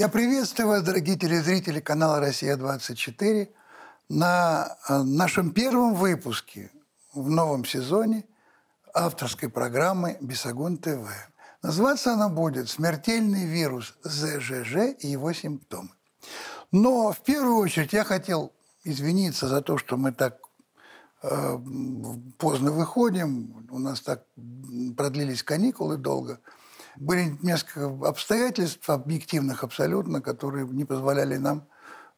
Я приветствую вас, дорогие телезрители канала «Россия-24», на нашем первом выпуске в новом сезоне авторской программы «Бесогон ТВ». Называться она будет «Смертельный вирус ЗЖЖ и его симптомы». Но в первую очередь я хотел извиниться за то, что мы так поздно выходим, у нас так продлились каникулы долго. Были несколько обстоятельств, объективных абсолютно, которые не позволяли нам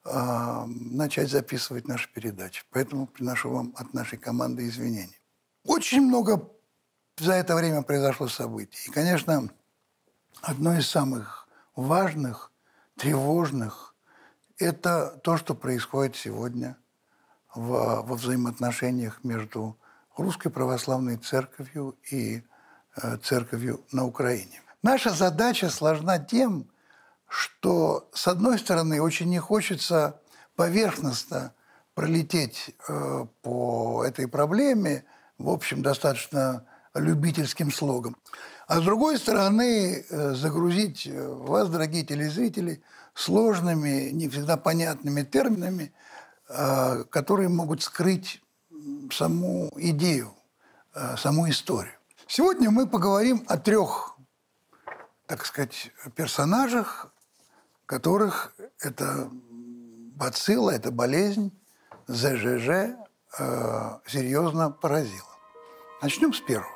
начать записывать наши передачи. Поэтому приношу вам от нашей команды извинения. Очень много за это время произошло событий. И, конечно, одно из самых важных, тревожных – это то, что происходит сегодня во взаимоотношениях между Русской Православной Церковью и Церковью на Украине. Наша задача сложна тем, что, с одной стороны, очень не хочется поверхностно пролететь по этой проблеме, в общем, достаточно любительским слогом. А с другой стороны, загрузить вас, дорогие телезрители, сложными, не всегда понятными терминами, которые могут скрыть саму идею, саму историю. Сегодня мы поговорим о трех, так сказать, персонажах, которых эта бацилла, эта болезнь ЗЖЖ серьезно поразила. Начнем с первого.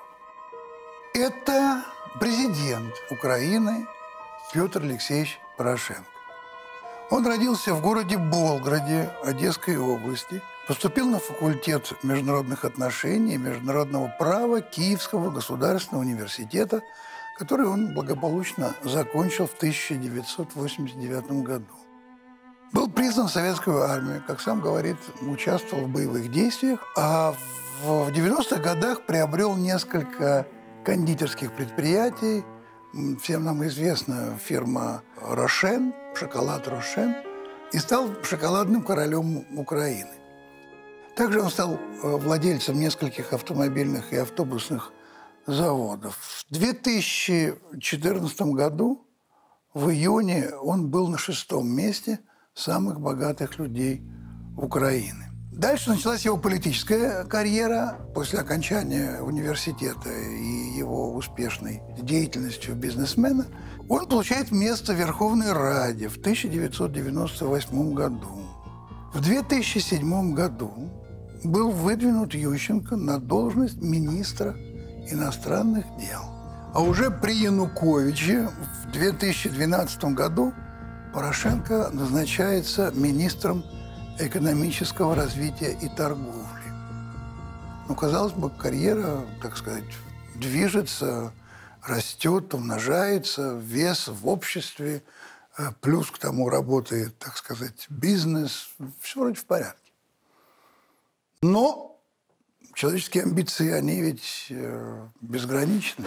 Это президент Украины Петр Алексеевич Порошенко. Он родился в городе Болграде Одесской области, поступил на факультет международных отношений и международного права Киевского государственного университета, который он благополучно закончил в 1989 году. Был призван в советскую армию, как сам говорит, участвовал в боевых действиях, а в 90-х годах приобрел несколько кондитерских предприятий. Всем нам известна фирма «Рошен», шоколад «Рошен», и стал шоколадным королем Украины. Также он стал владельцем нескольких автомобильных и автобусных заводов. В 2014 году, в июне, он был на 6-м месте самых богатых людей Украины. Дальше началась его политическая карьера после окончания университета и его успешной деятельностью бизнесмена. Он получает место в Верховной Раде в 1998 году. В 2007 году был выдвинут Ющенко на должность министра иностранных дел. А уже при Януковиче в 2012 году Порошенко назначается министром экономического развития и торговли. Ну, казалось бы, карьера, так сказать, движется, растет, умножается, вес в обществе, плюс к тому работает, так сказать, бизнес, все вроде в порядке. Но человеческие амбиции, они ведь безграничны.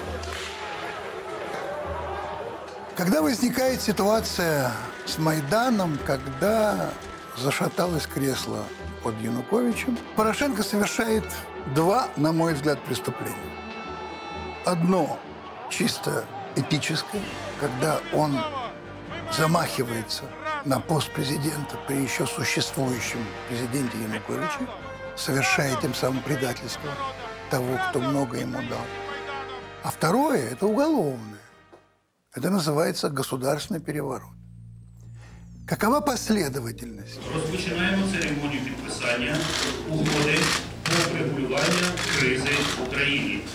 Когда возникает ситуация с Майданом, когда зашаталось кресло под Януковичем, Порошенко совершает два, на мой взгляд, преступления. Одно чисто этическое, когда он замахивается на пост президента при еще существующем президенте Януковиче, совершая тем самым предательство того, кто много ему дал. А второе – это уголовное. Это называется государственный переворот. Какова последовательность? Розпочинаємо церемонію підписання угоди про врегулювання кризи в Україні.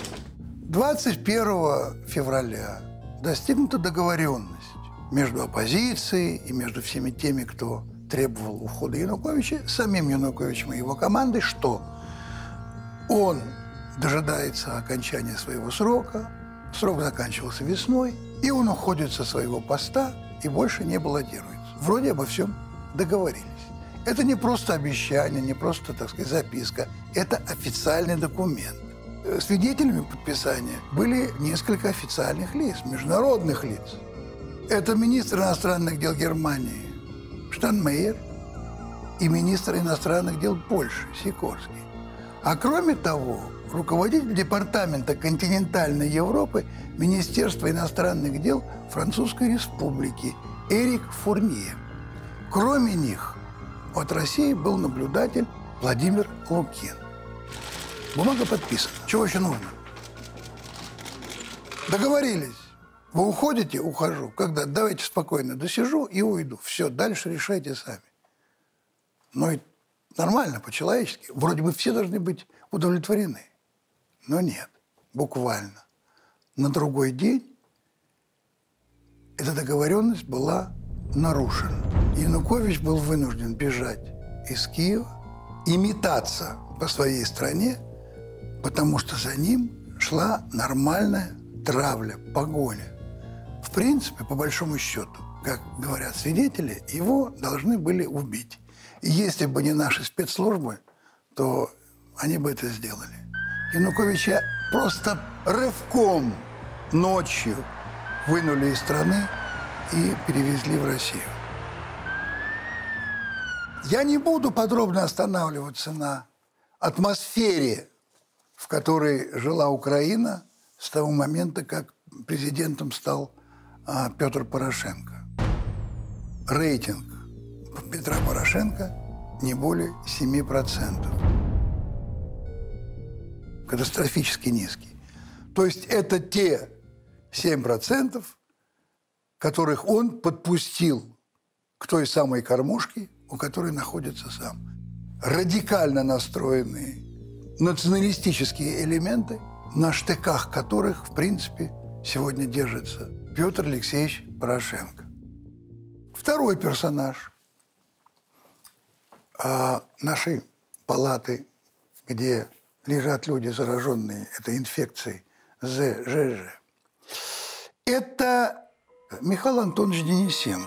21 февраля достигнута договоренность между оппозицией и между всеми теми, кто требовал ухода Януковича, самим Януковичем и его командой, что он дожидается окончания своего срока, срок заканчивался весной, и он уходит со своего поста и больше не баллотируется. Вроде обо всем договорились. Это не просто обещание, не просто, так сказать, записка. Это официальный документ. Свидетелями подписания были несколько официальных лиц, международных лиц. Это министр иностранных дел Германии Штайнмайер и министр иностранных дел Польши Сикорский. А кроме того, руководитель департамента континентальной Европы Министерства иностранных дел Французской Республики Эрик Фурнье. Кроме них от России был наблюдатель Владимир Лукин. Бумага подписана. Чего еще нужно? Договорились. Вы уходите? Ухожу. Когда? Давайте спокойно досижу и уйду. Все, дальше решайте сами. Ну и нормально, по-человечески. Вроде бы все должны быть удовлетворены. Но нет. Буквально. На другой день эта договоренность была нарушена. Янукович был вынужден бежать из Киева и метаться по своей стране, потому что за ним шла нормальная травля, погоня. В принципе, по большому счету, как говорят свидетели, его должны были убить. И если бы не наши спецслужбы, то они бы это сделали. Януковича просто рывком ночью вынули из страны и перевезли в Россию. Я не буду подробно останавливаться на атмосфере, в которой жила Украина с того момента, как президентом стал Петр Порошенко. Рейтинг Петра Порошенко не более 7%. Катастрофически низкий. То есть это те 7%, которых он подпустил к той самой кормушке, у которой находится сам. Радикально настроенные националистические элементы, на штыках которых, в принципе, сегодня держится Петр Алексеевич Порошенко. Второй персонаж нашей палаты, где лежат люди, зараженные этой инфекцией ЗЖЖ, это Михаил Антонович Денисенко.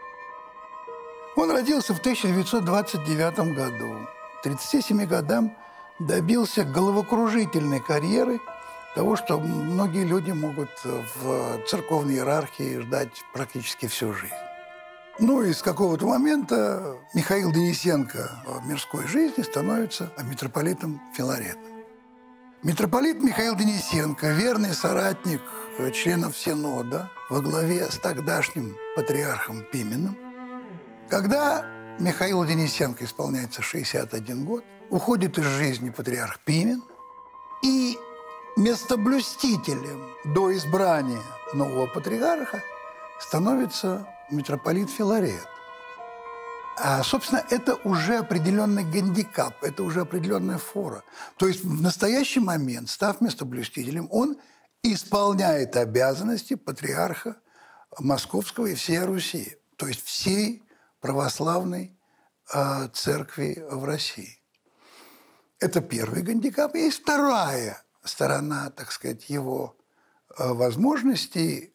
Он родился в 1929 году. К 37 годам добился головокружительной карьеры, того, что многие люди могут в церковной иерархии ждать практически всю жизнь. Ну и с какого-то момента Михаил Денисенко в мирской жизни становится митрополитом Филаретом. Митрополит Михаил Денисенко, верный соратник членов Синода во главе с тогдашним патриархом Пименом. Когда Михаилу Денисенко исполняется 61 год, уходит из жизни патриарх Пимен, и местоблюстителем до избрания нового патриарха становится митрополит Филарет. Собственно, это уже определенный гандикап, это уже определенная фора. То есть в настоящий момент, став местоблюстителем, он исполняет обязанности патриарха Московского и всей Руси, то есть всей православной церкви в России. Это первый гандикап. И вторая сторона, так сказать, его возможностей,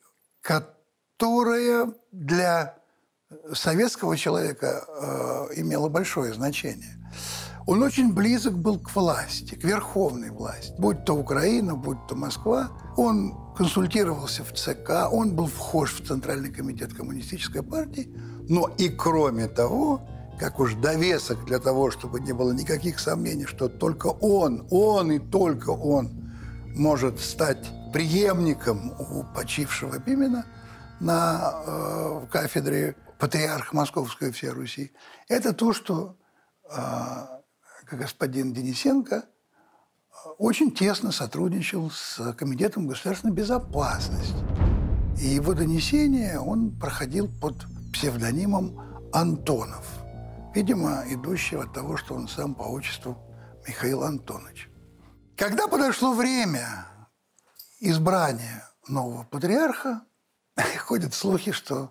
которая для советского человека имела большое значение. Он очень близок был к власти, к верховной власти. Будь то Украина, будь то Москва. Он консультировался в ЦК, он был вхож в Центральный комитет коммунистической партии. Но и кроме того, как уж довесок для того, чтобы не было никаких сомнений, что только он и только он может стать преемником у почившего Пимена на кафедре патриарха Московской и всей Руси, это то, что господин Денисенко очень тесно сотрудничал с Комитетом государственной безопасности. И его донесение он проходил под псевдонимом Антонов, видимо, идущего от того, что он сам по отчеству Михаил Антонович. Когда подошло время избрания нового патриарха, ходят слухи, что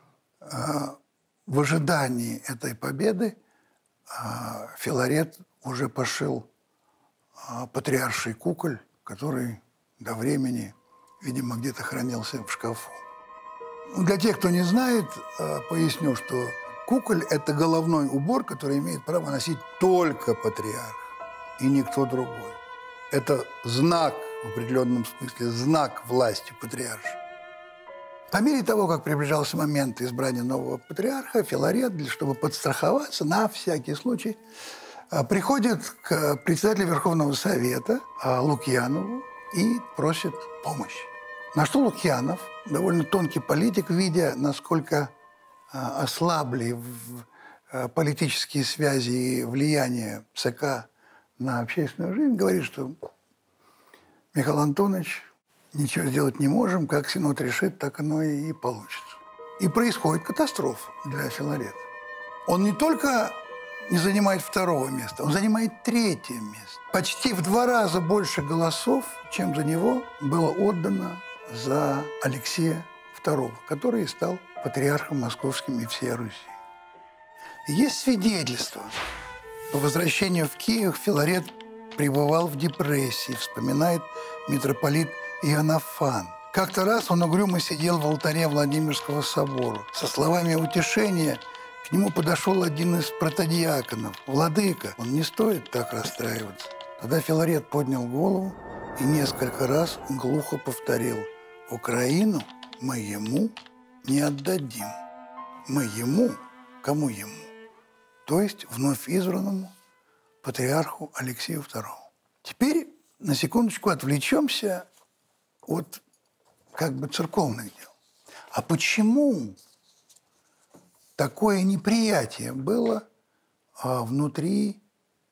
в ожидании этой победы Филарет уже пошил патриарший куколь, который до времени, видимо, где-то хранился в шкафу. Для тех, кто не знает, поясню, что куколь – это головной убор, который имеет право носить только патриарх и никто другой. Это знак, в определенном смысле, знак власти патриарша. По мере того, как приближался момент избрания нового патриарха, Филарет, чтобы подстраховаться, на всякий случай, приходит к председателю Верховного Совета Лукьянову и просит помощи. На что Лукьянов, довольно тонкий политик, видя, насколько ослабли политические связи и влияние ЦК на общественную жизнь, говорит, что Михаил Антонович, ничего сделать не можем, как Синод решит, так оно и получится. И происходит катастрофа для Филарета. Он не только не занимает второго места, он занимает третье место. Почти в 2 раза больше голосов, чем за него было отдано за Алексея II, который стал патриархом московским и всей Руси. И есть свидетельство. По возвращению в Киев Филарет пребывал в депрессии, вспоминает митрополит Иоаннафан. Как-то раз он угрюмо сидел в алтаре Владимирского собора. Со словами утешения к нему подошел один из протодиаконов. «Владыка, он не стоит так расстраиваться». Тогда Филарет поднял голову и несколько раз глухо повторил: «Украину мы ему не отдадим». Мы ему, кому ему? То есть вновь избранному патриарху Алексею II. Теперь на секундочку отвлечемся от как бы церковных дел. А почему такое неприятие было внутри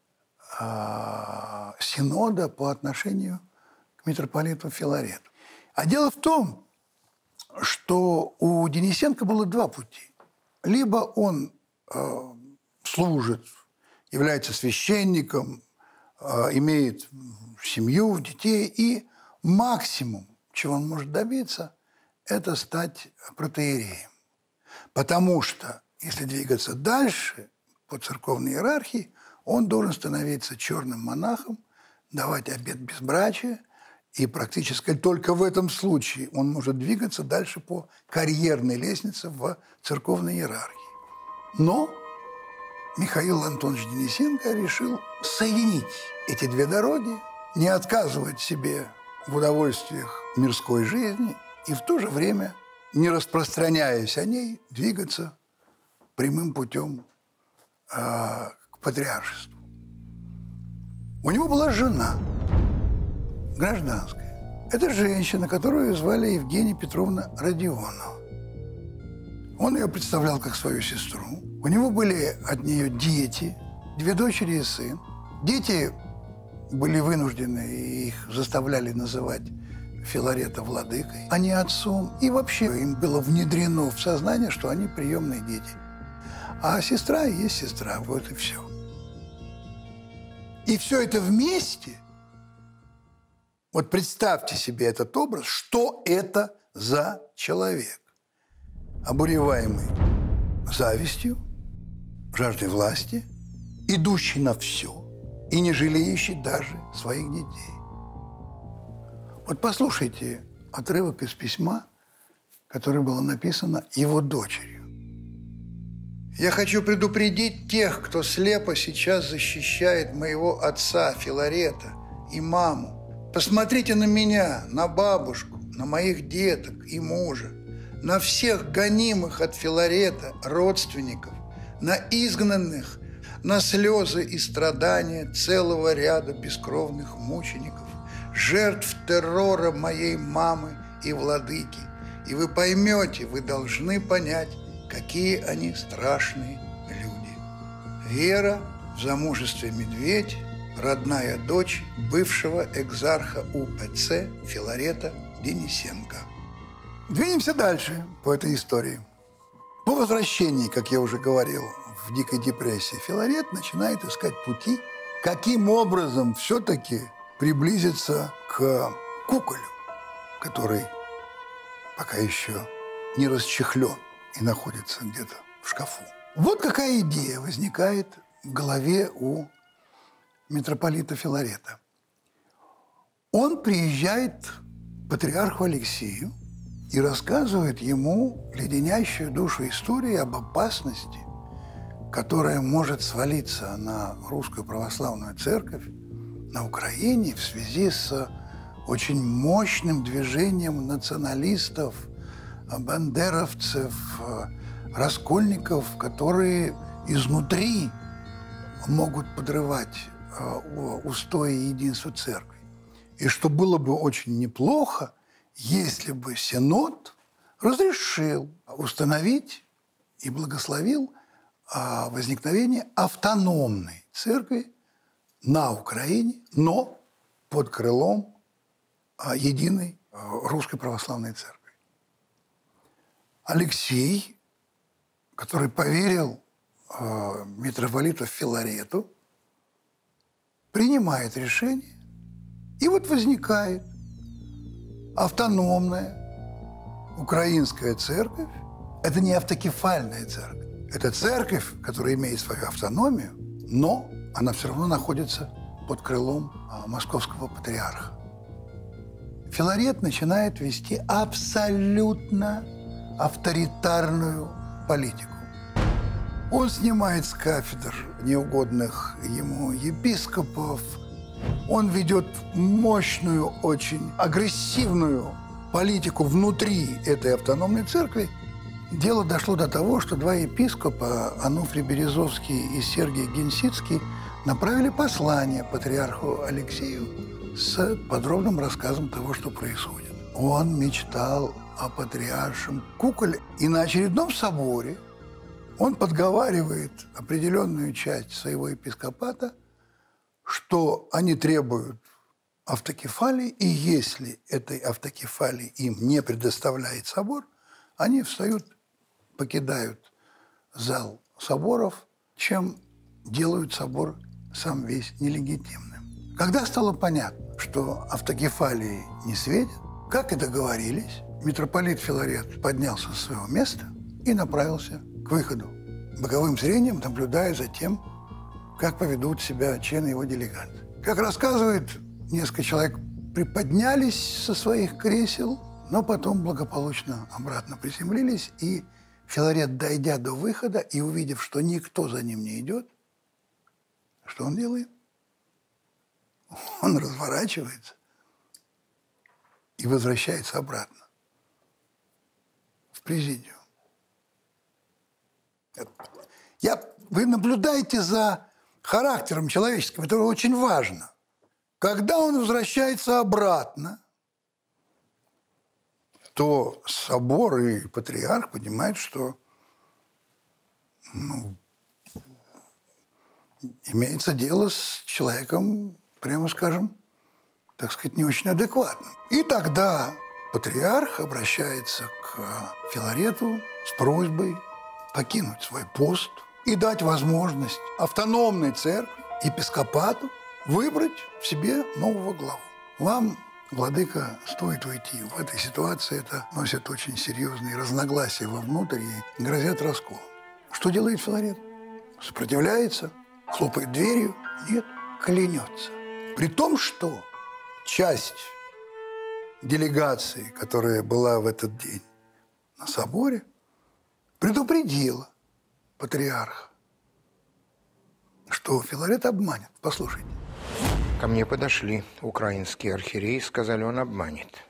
Синода по отношению к митрополиту Филарету? А дело в том, что у Денисенко было 2 пути. Либо он служит, является священником, имеет семью, детей, и максимум, чего он может добиться, это стать протоиереем. Потому что, если двигаться дальше по церковной иерархии, он должен становиться черным монахом, давать обет безбрачия, и практически только в этом случае он может двигаться дальше по карьерной лестнице в церковной иерархии. Но Михаил Антонович Денисенко решил соединить эти 2 дороги, не отказывать себе в удовольствиях мирской жизни и в то же время, не распространяясь о ней, двигаться прямым путем к патриаршеству. У него была жена гражданская. Это женщина, которую звали Евгения Петровна Родионова. Он ее представлял как свою сестру. У него были от нее дети, 2 дочери и сын. Дети были вынуждены, и их заставляли называть Филарета владыкой, а не отцом. И вообще им было внедрено в сознание, что они приемные дети. А сестра и есть сестра, вот и все. И все это вместе, вот представьте себе этот образ, что это за человек, обуреваемый завистью, жаждой власти, идущий на все и не жалеющий даже своих детей. Вот послушайте отрывок из письма, которое было написано его дочерью. «Я хочу предупредить тех, кто слепо сейчас защищает моего отца Филарета и маму. Посмотрите на меня, на бабушку, на моих деток и мужа, на всех гонимых от Филарета родственников, на изгнанных, на слезы и страдания целого ряда бескровных мучеников, жертв террора моей мамы и владыки. И вы поймете, вы должны понять, какие они страшные люди. Вера в замужестве Медведь, родная дочь бывшего экзарха УПЦ Филарета Денисенко». Двинемся дальше по этой истории. По возвращении, как я уже говорил, в дикой депрессии, Филарет начинает искать пути, каким образом все-таки приблизиться к куколю, который пока еще не расчехлен и находится где-то в шкафу. Вот какая идея возникает в голове у митрополита Филарета. Он приезжает к патриарху Алексею и рассказывает ему леденящую душу историю об опасности, которая может свалиться на русскую православную церковь на Украине в связи с очень мощным движением националистов, бандеровцев, раскольников, которые изнутри могут подрывать устои и единство церкви. И что было бы очень неплохо, если бы Синод разрешил установить и благословил возникновение автономной церкви на Украине, но под крылом единой русской православной церкви. Алексей, который поверил митрополиту Филарету, принимает решение, и вот возникает автономная украинская церковь. Это не автокефальная церковь. Это церковь, которая имеет свою автономию, но она все равно находится под крылом московского патриарха. Филарет начинает вести абсолютно авторитарную политику. Он снимает с кафедр неугодных ему епископов, он ведет мощную, очень агрессивную политику внутри этой автономной церкви. Дело дошло до того, что два епископа, Ануфрий Березовский и Сергий Генсицкий, направили послание патриарху Алексею с подробным рассказом того, что происходит. Он мечтал о патриаршем куколе, и на очередном соборе он подговаривает определенную часть своего епископата, что они требуют автокефалии, и если этой автокефалии им не предоставляет собор, они встают, покидают зал соборов, чем делают собор сам весь нелегитимным. Когда стало понятно, что автокефалии не светит, как и договорились, митрополит Филарет поднялся с своего места и направился к выходу, боковым зрением наблюдая за тем, как поведут себя члены его делегации. Как рассказывает, несколько человек приподнялись со своих кресел, но потом благополучно обратно приземлились, и Филарет, дойдя до выхода и увидев, что никто за ним не идет, что он делает? Он разворачивается и возвращается обратно в президиум. Вы наблюдаете за характером человеческим, это очень важно. Когда он возвращается обратно, то собор и патриарх понимают, что имеется дело с человеком, прямо скажем, так сказать, не очень адекватным. И тогда патриарх обращается к Филарету с просьбой покинуть свой пост и дать возможность автономной церкви, епископату, выбрать в себе нового главу. Вам, владыка, стоит уйти. В этой ситуации это носит очень серьезные разногласия вовнутрь и грозят расколом. Что делает Филарет? Сопротивляется? Хлопает дверью? Нет, клянется. При том, что часть делегации, которая была в этот день на соборе, предупредила патриарха, что Филарет обманет. Послушайте. Ко мне подошли украинские архиереи, сказали, он обманет.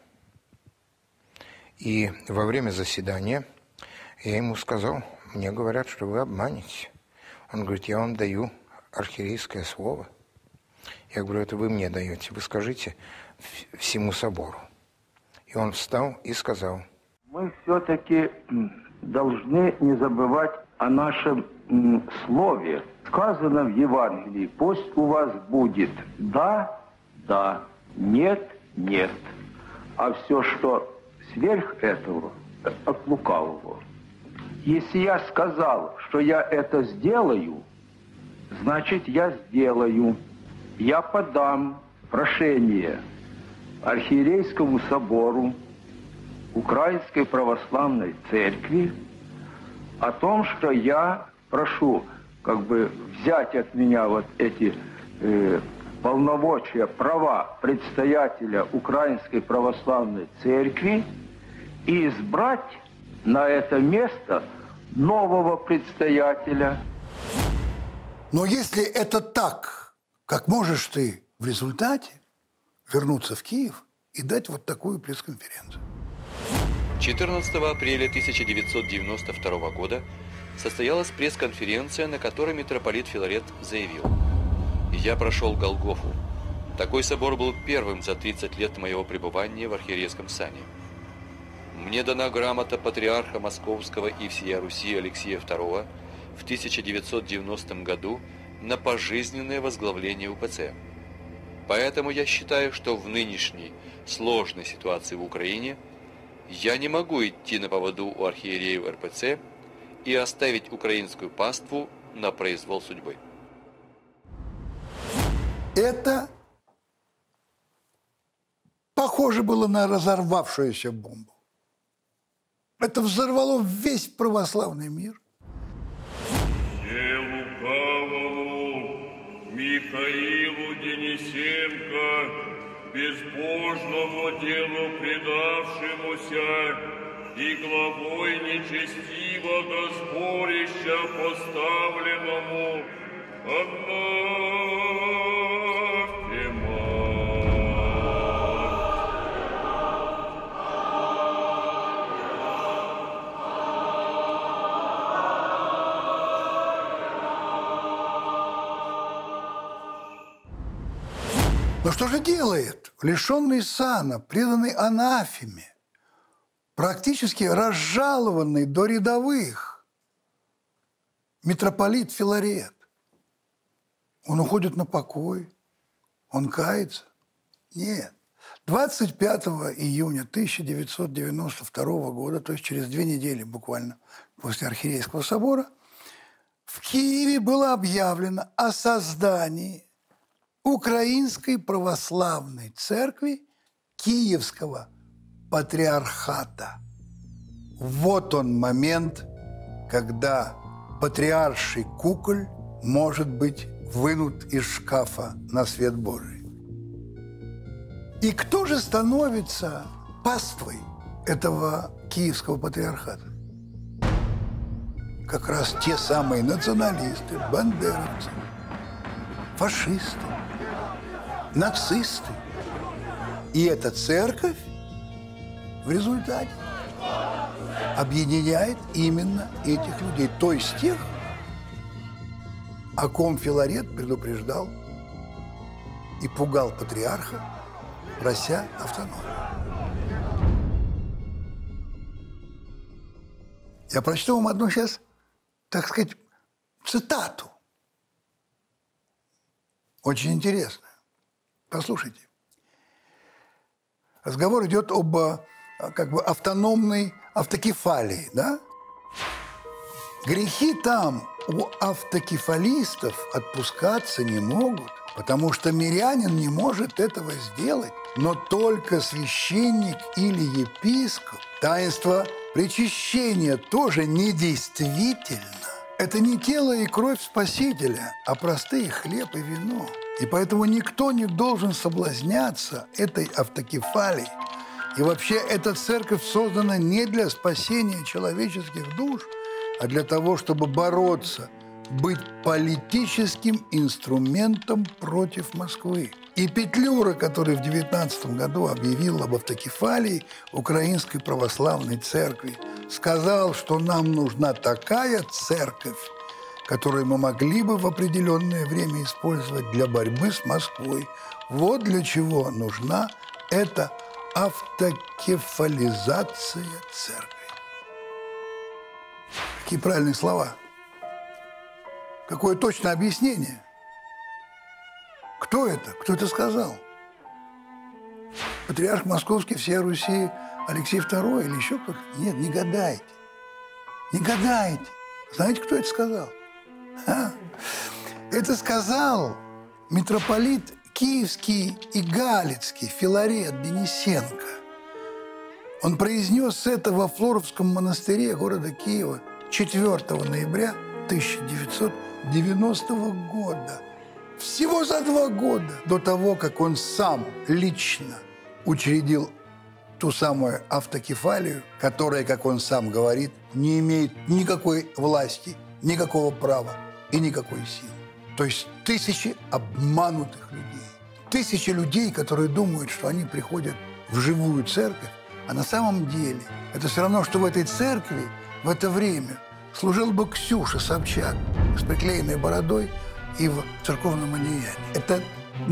И во время заседания я ему сказал, мне говорят, что вы обманете. Он говорит, я вам даю архиерейское слово. Я говорю, это вы мне даете, вы скажите всему собору. И он встал и сказал. Мы все-таки должны не забывать о нашем слове. Сказано в Евангелии, пусть у вас будет да, да, нет, нет. А все, что сверх этого, от лукавого. Если я сказал, что я это сделаю, значит, я сделаю. Я подам прошение Архиерейскому собору Украинской Православной Церкви о том, что я прошу взять от меня вот эти полномочия, права предстоятеля Украинской Православной Церкви и избрать на это место нового предстоятеля. Но если это так, как можешь ты в результате вернуться в Киев и дать вот такую пресс-конференцию? 14 апреля 1992 года состоялась пресс-конференция, на которой митрополит Филарет заявил: «Я прошел Голгофу. Такой собор был первым за 30 лет моего пребывания в архиерейском сане. мне дана грамота патриарха Московского и всея Руси Алексея II в 1990 году на пожизненное возглавление УПЦ. Поэтому я считаю, что в нынешней сложной ситуации в Украине я не могу идти на поводу у архиереев РПЦ и оставить украинскую паству на произвол судьбы. Это похоже было на разорвавшуюся бомбу. Это взорвало весь православный мир. Михаилу Денисенко, безбожному делу предавшемуся и главой нечестивого сборища поставленному, анафема. Но что же делает лишенный сана, преданный анафеме, практически разжалованный до рядовых митрополит Филарет? Он уходит на покой, он кается? Нет. 25 июня 1992 года, то есть через 2 недели буквально после Архиерейского собора, в Киеве было объявлено о создании Украинской православной церкви Киевского патриархата. Вот он момент, когда патриарший куколь может быть вынут из шкафа на свет Божий. И кто же становится паствой этого Киевского патриархата? Как раз те самые националисты, бандеровцы, фашисты, нацисты. И эта церковь в результате объединяет именно этих людей, то есть тех, о ком Филарет предупреждал и пугал патриарха, прося автономию. Я прочту вам одну сейчас, так сказать, цитату. Очень интересно. Послушайте. Разговор идет об как бы автономной автокефалии, да? Грехи там у автокефалистов отпускаться не могут, потому что мирянин не может этого сделать, но только священник или епископ. Таинство причащения тоже недействительно. Это не тело и кровь Спасителя, а простые хлеб и вино. И поэтому никто не должен соблазняться этой автокефалией. И вообще эта церковь создана не для спасения человеческих душ, а для того, чтобы бороться, быть политическим инструментом против Москвы. И Петлюра, который в 19 году объявил об автокефалии Украинской православной церкви, сказал, что нам нужна такая церковь, которую мы могли бы в определенное время использовать для борьбы с Москвой. Вот для чего нужна эта автокефализация церкви. Какие правильные слова. Какое точное объяснение. Кто это? Кто это сказал? Патриарх Московский всея Руси Алексей II или еще кто-то? Нет, не гадайте. Не гадайте. Знаете, кто это сказал? Это сказал митрополит Киевский и Галицкий Филарет Денисенко. Он произнес это во Флоровском монастыре города Киева 4 ноября 1990 года. Всего за 2 года до того, как он сам лично учредил ту самую автокефалию, которая, как он сам говорит, не имеет никакой власти, никакого права и никакой силы. То есть тысячи обманутых людей. Тысячи людей, которые думают, что они приходят в живую церковь, а на самом деле это все равно, что в этой церкви в это время служил бы Ксюша Собчак с приклеенной бородой и в церковном одеянии. Это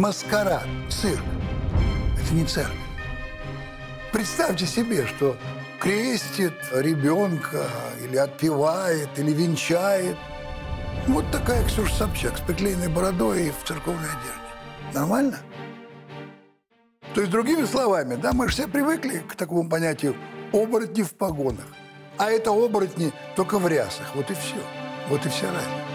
маскарад, цирк. Это не церковь. Представьте себе, что крестит ребенка или отпевает, или венчает. Вот такая Ксюша Собчак с приклеенной бородой и в церковной одежде. Нормально? То есть, другими словами, да, мы же все привыкли к такому понятию оборотни в погонах. А это оборотни только в рясах. Вот и все. Вот и вся разница.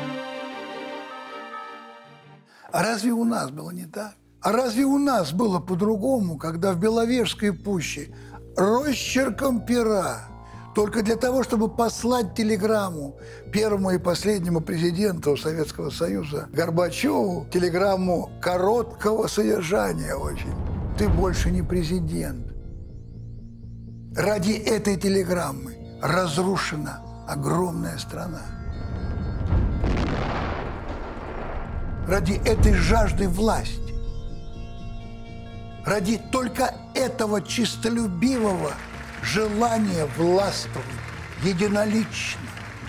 А разве у нас было не так? А разве у нас было по-другому, когда в Беловежской пуще росчерком пера, только для того, чтобы послать телеграмму первому и последнему президенту Советского Союза Горбачеву, телеграмму короткого содержания очень: «Ты больше не президент». Ради этой телеграммы разрушена огромная страна. Ради этой жажды власти. Ради только этого честолюбивого желания властвовать единолично,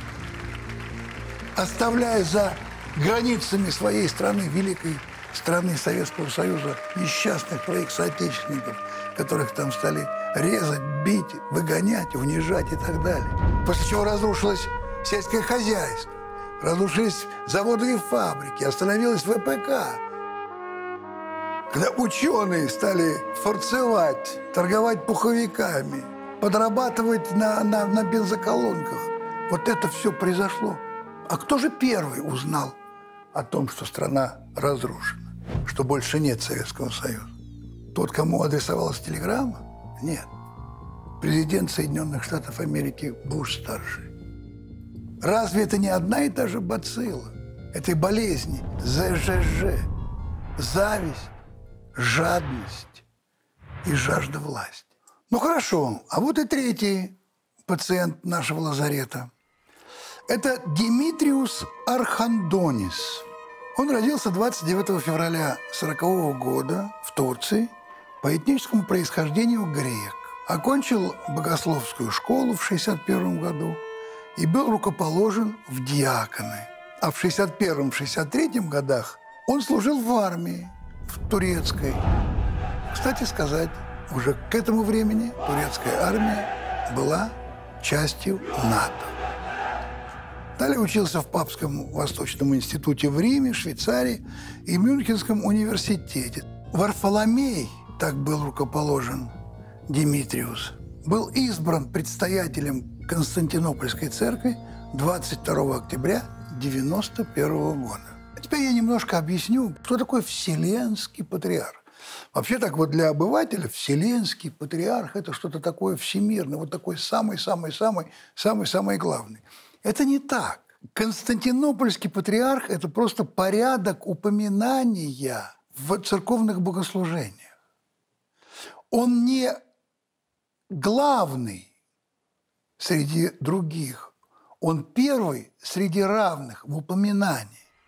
оставляя за границами своей страны, великой страны Советского Союза, несчастных своих соотечественников, которых там стали резать, бить, выгонять, унижать и так далее. После чего разрушилось сельское хозяйство, разрушились заводы и фабрики, остановилась ВПК. Когда ученые стали форцевать, торговать пуховиками, подрабатывать на бензоколонках, вот это все произошло. А кто же первый узнал о том, что страна разрушена, что больше нет Советского Союза? Тот, кому адресовалась телеграмма? Нет. Президент Соединенных Штатов Америки Буш-старший. Разве это не одна и та же бацилла этой болезни? ЗЖЖ. Зависть, жадность и жажда власти. Ну хорошо, а вот и третий пациент нашего лазарета. Это Димитриус Архандонис. Он родился 29 февраля 1940 года в Турции, по этническому происхождению грек. Окончил богословскую школу в 1961 году и был рукоположен в диаконы. А в 1961-1963 годах он служил в армии, в турецкой. Кстати сказать, уже к этому времени турецкая армия была частью НАТО. Далее учился в Папском Восточном институте в Риме, Швейцарии и Мюнхенском университете. Варфоломей, так был рукоположен Димитриус, был избран предстоятелем Константинопольской церкви 22 октября 1991 года. А теперь я немножко объясню, что такое Вселенский патриарх. Вообще так вот для обывателя Вселенский патриарх – это что-то такое всемирное, вот такой самый-самый-самый главный. Это не так. Константинопольский патриарх – это просто порядок упоминания в церковных богослужениях. Он не главный среди других, он первый среди равных в упоминании.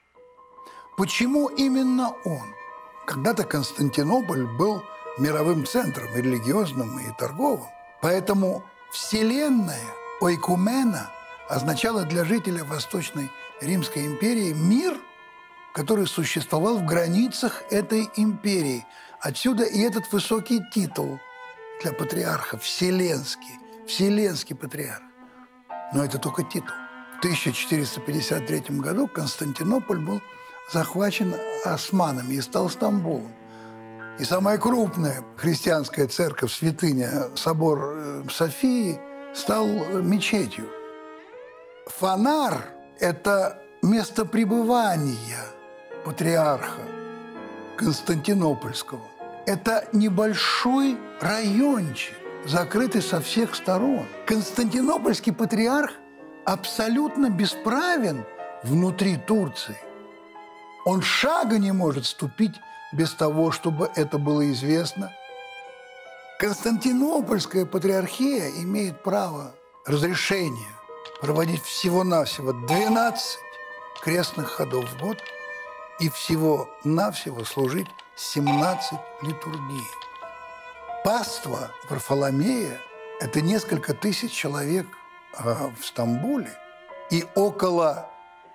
Почему именно он? Когда-то Константинополь был мировым центром, и религиозным, и торговым. Поэтому вселенная, ойкумена, означала для жителя Восточной Римской империи мир, который существовал в границах этой империи. Отсюда и этот высокий титул для патриарха – Вселенский патриарх. Но это только титул. В 1453 году Константинополь был захвачен османами и стал Стамбулом. И самая крупная христианская церковь, святыня, собор Софии, стал мечетью. Фанар – это место пребывания патриарха Константинопольского. Это небольшой райончик, закрытый со всех сторон. Константинопольский патриарх абсолютно бесправен внутри Турции. Он шага не может ступить без того, чтобы это было известно. Константинопольская патриархия имеет право разрешения проводить всего-навсего 12 крестных ходов в год и всего-навсего служить 17 литургий. Паства Варфоломея – это несколько тысяч человек в Стамбуле и около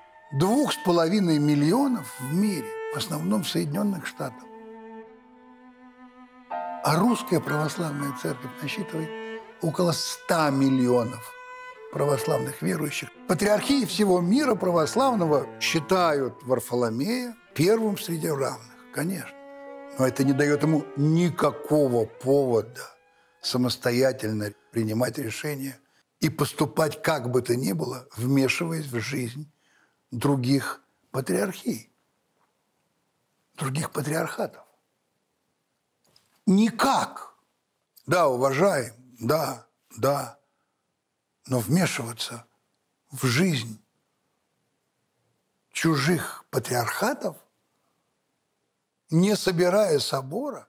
2,5 миллионов в мире, в основном в Соединенных Штатах. А русская православная церковь насчитывает около 100 миллионов православных верующих. Патриархии всего мира православного считают Варфоломея первым среди равных, конечно. Но это не дает ему никакого повода самостоятельно принимать решения и поступать как бы то ни было, вмешиваясь в жизнь других патриархий, других патриархатов. Никак. Да, уважаем, да, но вмешиваться в жизнь чужих патриархатов, не собирая собора,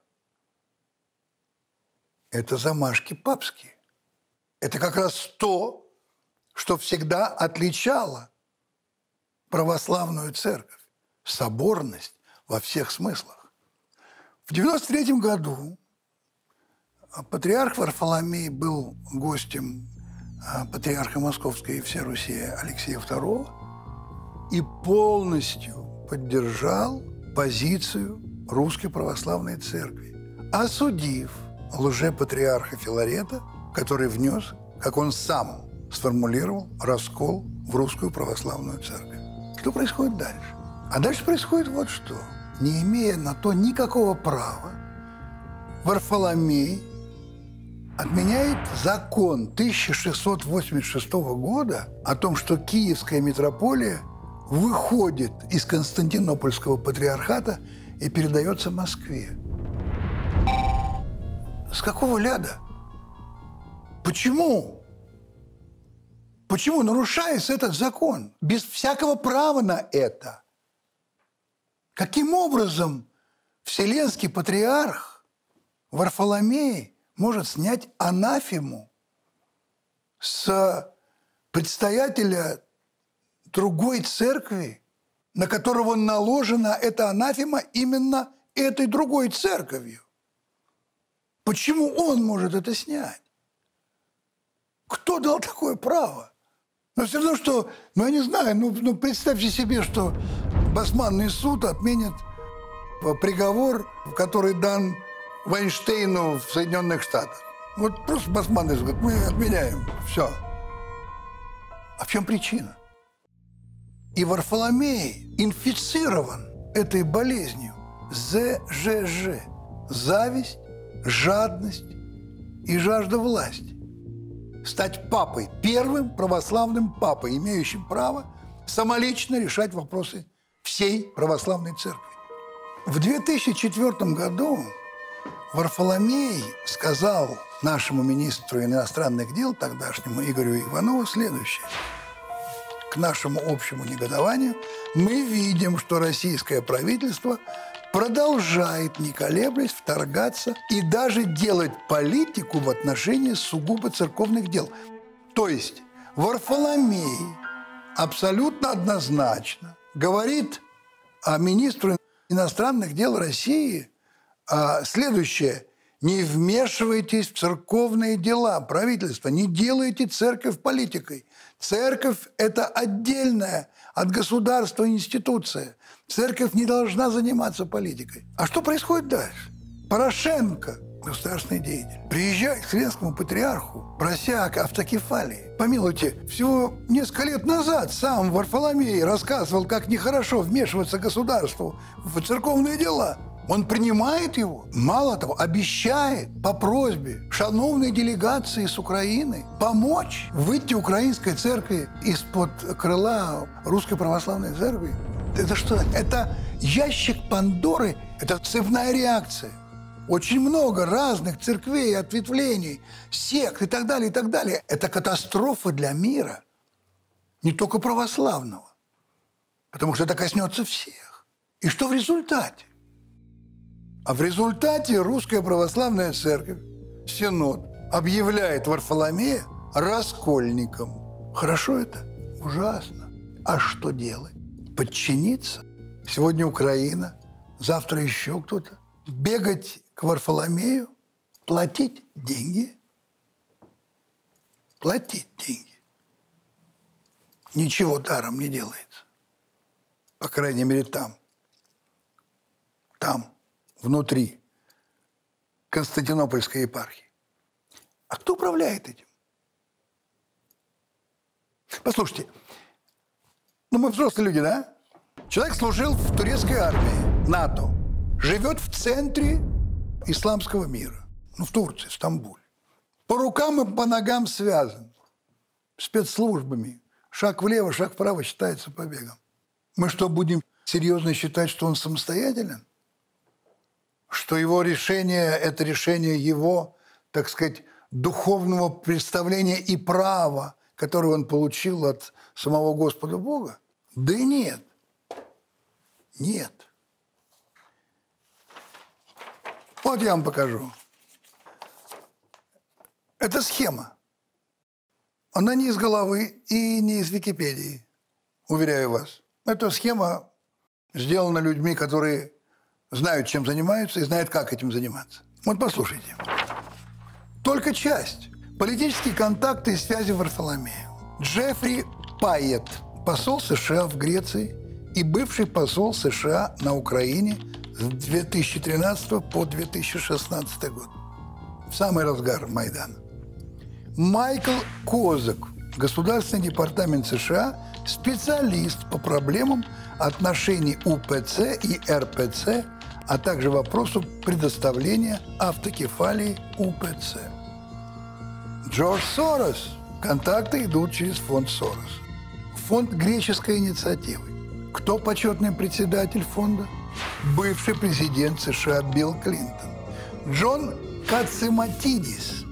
это замашки папские. Это как раз то, что всегда отличало православную церковь. Соборность во всех смыслах. В 93 году патриарх Варфоломей был гостем патриарха Московской и всей Руси Алексея II и полностью поддержал позицию Русской Православной Церкви, осудив лжепатриарха Филарета, который внес, как он сам сформулировал, раскол в Русскую Православную Церковь. Что происходит дальше? А дальше происходит вот что. Не имея на то никакого права, Варфоломей отменяет закон 1686 года о том, что Киевская митрополия выходит из Константинопольского патриархата и передается Москве. С какого ляда? Почему? Почему нарушается этот закон? Без всякого права на это. Каким образом Вселенский патриарх Варфоломей может снять анафему с предстоятеля другой церкви, на которого наложена эта анафема именно этой другой церковью? Почему он может это снять? Кто дал такое право? Но все равно, что, я не знаю, представьте себе, что Басманный суд отменит приговор, который дан Вайнштейну в Соединенных Штатах. Вот просто Басманный суд говорит, мы отменяем, все. А в чем причина? И Варфоломей инфицирован этой болезнью ЗЖЖ – зависть, жадность и жажда власти. Стать папой, первым православным папой, имеющим право самолично решать вопросы всей православной церкви. В 2004 году Варфоломей сказал нашему министру иностранных дел, тогдашнему Игорю Иванову, следующее. К нашему общему негодованию мы видим, что российское правительство продолжает, не колеблясь, вторгаться и даже делать политику в отношении сугубо церковных дел. То есть Варфоломей абсолютно однозначно говорит министру иностранных дел России следующее: не вмешивайтесь в церковные дела правительства, не делайте церковь политикой. Церковь – это отдельная от государства институция. Церковь не должна заниматься политикой. А что происходит дальше? Порошенко, государственный деятель, приезжает к Вселенскому патриарху, прося автокефалии. Помилуйте, всего несколько лет назад сам Варфоломей рассказывал, как нехорошо вмешиваться государству в церковные дела. Он принимает его, мало того, обещает по просьбе шановной делегации с Украины помочь выйти украинской церкви из-под крыла Русской Православной Церкви. Это что? Это ящик Пандоры, это цепная реакция. Очень много разных церквей, ответвлений, сект и так далее, и так далее. Это катастрофа для мира, не только православного, потому что это коснется всех. И что в результате? А в результате Русская Православная Церковь, Синод, объявляет Варфоломея раскольником. Хорошо это? Ужасно. А что делать? Подчиниться? Сегодня Украина, завтра еще кто-то. Бегать к Варфоломею, платить деньги. Платить деньги. Ничего даром не делается. По крайней мере, там. Внутри Константинопольской епархии. А кто управляет этим? Послушайте, ну мы взрослые люди, да? Человек служил в турецкой армии, НАТО, живет в центре исламского мира, ну в Турции, в Стамбуле. По рукам и по ногам связан, спецслужбами. Шаг влево, шаг вправо считается побегом. Мы что, будем серьезно считать, что он самостоятелен? Что его решение – это решение его, так сказать, духовного представления и права, которое он получил от самого Господа Бога? Да и нет. Нет. Вот я вам покажу. Это схема. Она не из головы и не из Википедии, уверяю вас. Эта схема сделана людьми, которые знают, чем занимаются, и знают, как этим заниматься. Вот послушайте. Только часть. Политические контакты и связи Варфоломея. Джеффри Пайет, посол США в Греции и бывший посол США на Украине с 2013 по 2016 год. В самый разгар Майдана. Майкл Козак, Государственный департамент США, специалист по проблемам отношений УПЦ и РПЦ, а также вопросу предоставления автокефалии УПЦ. Джордж Сорос. Контакты идут через фонд Сороса. Фонд греческой инициативы. Кто почетный председатель фонда? Бывший президент США Билл Клинтон. Джон Кациматидис.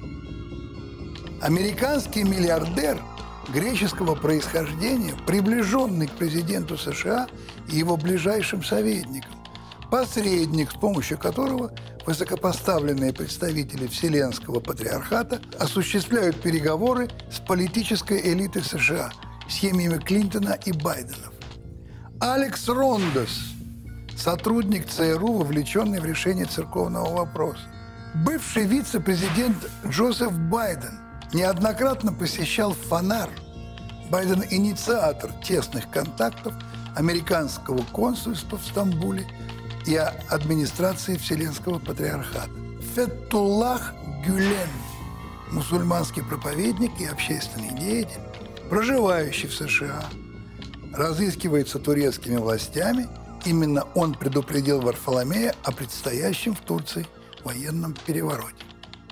Американский миллиардер греческого происхождения, приближенный к президенту США и его ближайшим советникам. Посредник, с помощью которого высокопоставленные представители Вселенского патриархата осуществляют переговоры с политической элитой США, семьями Клинтона и Байденов. Алекс Рондос, сотрудник ЦРУ, вовлеченный в решение церковного вопроса. Бывший вице-президент Джозеф Байден неоднократно посещал Фанар. Байден – инициатор тесных контактов американского консульства в Стамбуле и администрации Вселенского патриархата. Фетуллах Гюлен, мусульманский проповедник и общественный деятель, проживающий в США, разыскивается турецкими властями. Именно он предупредил Варфоломея о предстоящем в Турции военном перевороте.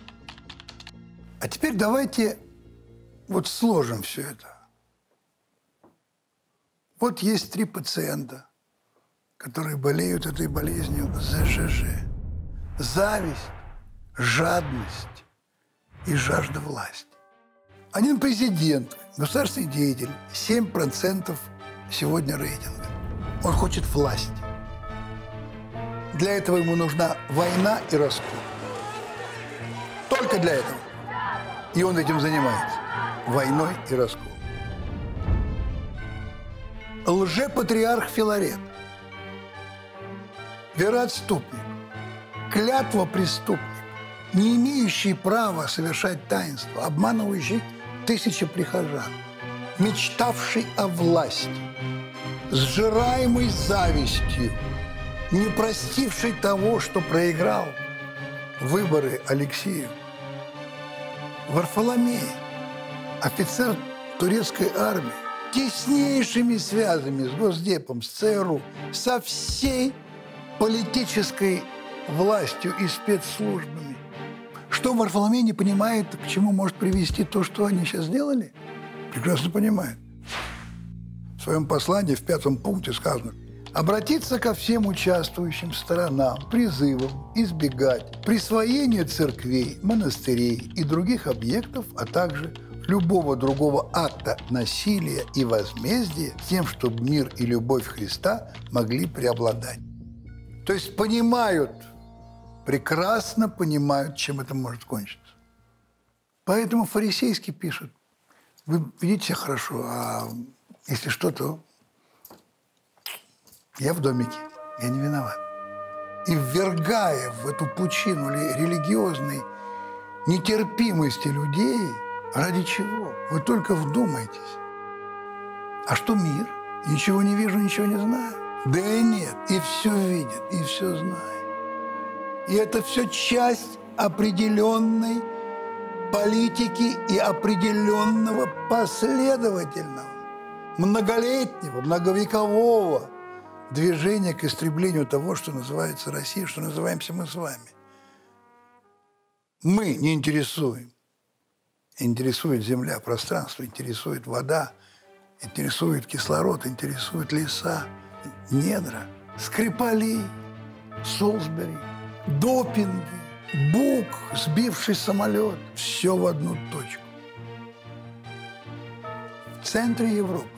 А теперь давайте вот сложим все это. Вот есть 3 пациента, которые болеют этой болезнью ЗЖЖ. Зависть, жадность и жажда власти. Один президент, государственный деятель, 7% сегодня рейтинга. Он хочет власти. Для этого ему нужна война и раскол. Только для этого. И он этим занимается. Войной и расколом. Лжепатриарх Филарет. Вероотступник. Клятвопреступник. Не имеющий права совершать таинство, обманывающий тысячи прихожан. Мечтавший о власти. Сжираемый завистью. Не простивший того, что проиграл выборы Алексею. Варфоломей, офицер турецкой армии, теснейшими связями с Госдепом, с ЦРУ, со всей политической властью и спецслужбами. Что Варфоломей не понимает, к чему может привести то, что они сейчас сделали? Прекрасно понимает. В своем послании в 5 пункте сказано: обратиться ко всем участвующим сторонам призывом избегать присвоения церквей, монастырей и других объектов, а также любого другого акта насилия и возмездия с тем, чтобы мир и любовь Христа могли преобладать. То есть понимают, прекрасно понимают, чем это может кончиться. Поэтому фарисейски пишут: вы ведите себя хорошо, а если что, то я в домике, я не виноват. И ввергая в эту пучину религиозной нетерпимости людей, ради чего? Вы только вдумайтесь. А что мир? Ничего не вижу, ничего не знаю. Да и нет, и все видит, и все знает. И это все часть определенной политики и определенного последовательного, многолетнего, многовекового движения к истреблению того, что называется Россия, что называемся мы с вами. Мы не интересуем. Интересует земля, пространство, интересует вода, интересует кислород, интересует леса, недра, Скрипали, Солсбери, допинги, Бук, сбивший самолет. Все в одну точку. В центре Европы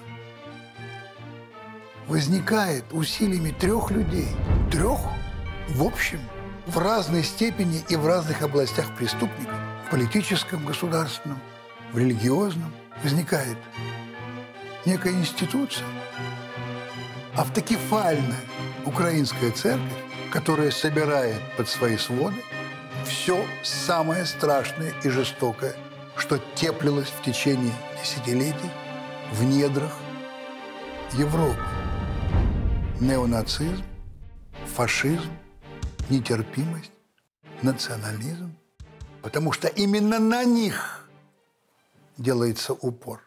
возникает усилиями 3 людей. 3 в общем, в разной степени и в разных областях преступников. В политическом, государственном, в религиозном возникает некая институция, автокефальная украинская церковь, которая собирает под свои своды все самое страшное и жестокое, что теплилось в течение десятилетий в недрах Европы. Неонацизм, фашизм, нетерпимость, национализм. Потому что именно на них делается упор.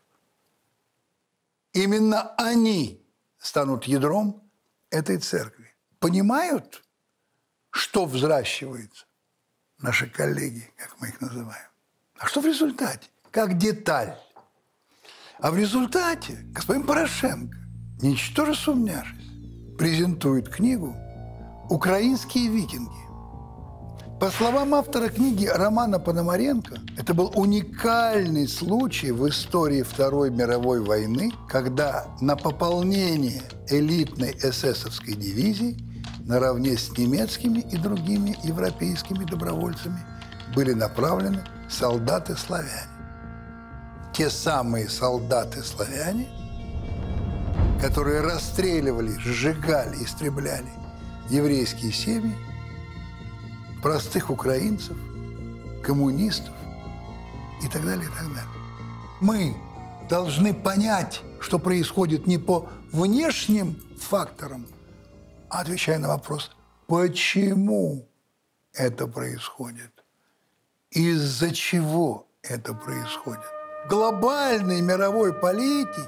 Именно они станут ядром этой церкви. Понимают, что взращивается? Наши коллеги, как мы их называем. А что в результате? Как деталь. А в результате господин Порошенко, ничтоже сумняшись, презентует книгу «Украинские викинги». По словам автора книги Романа Пономаренко, это был уникальный случай в истории Второй мировой войны, когда на пополнение элитной эсэсовской дивизии наравне с немецкими и другими европейскими добровольцами были направлены солдаты-славяне. Те самые солдаты-славяне, которые расстреливали, сжигали, истребляли еврейские семьи, простых украинцев, коммунистов и так далее, и так далее. Мы должны понять, что происходит не по внешним факторам, а отвечая на вопрос, почему это происходит, из-за чего это происходит. В глобальной мировой политике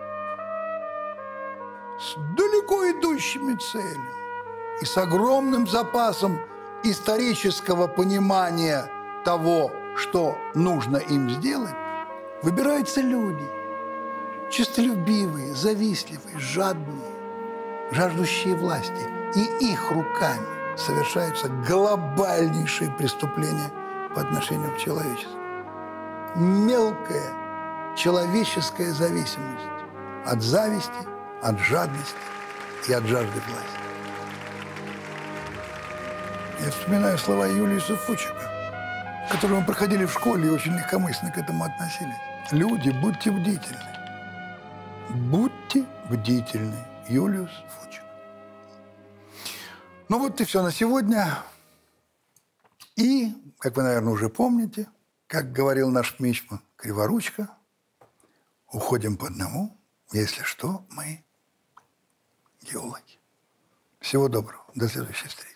с далеко идущими целями и с огромным запасом исторического понимания того, что нужно им сделать, выбираются люди, честолюбивые, завистливые, жадные, жаждущие власти. И их руками совершаются глобальнейшие преступления по отношению к человечеству. Мелкая человеческая зависимость от зависти, от жадности и от жажды власти. Я вспоминаю слова Юлиуса Фучика, к которому мы проходили в школе и очень легкомысленно к этому относились. Люди, будьте бдительны. Будьте бдительны. Юлиус Фучик. Ну вот и все на сегодня. И, как вы, наверное, уже помните, как говорил наш мичман Криворучка, уходим по одному, если что, мы геологи. Всего доброго. До следующей встречи.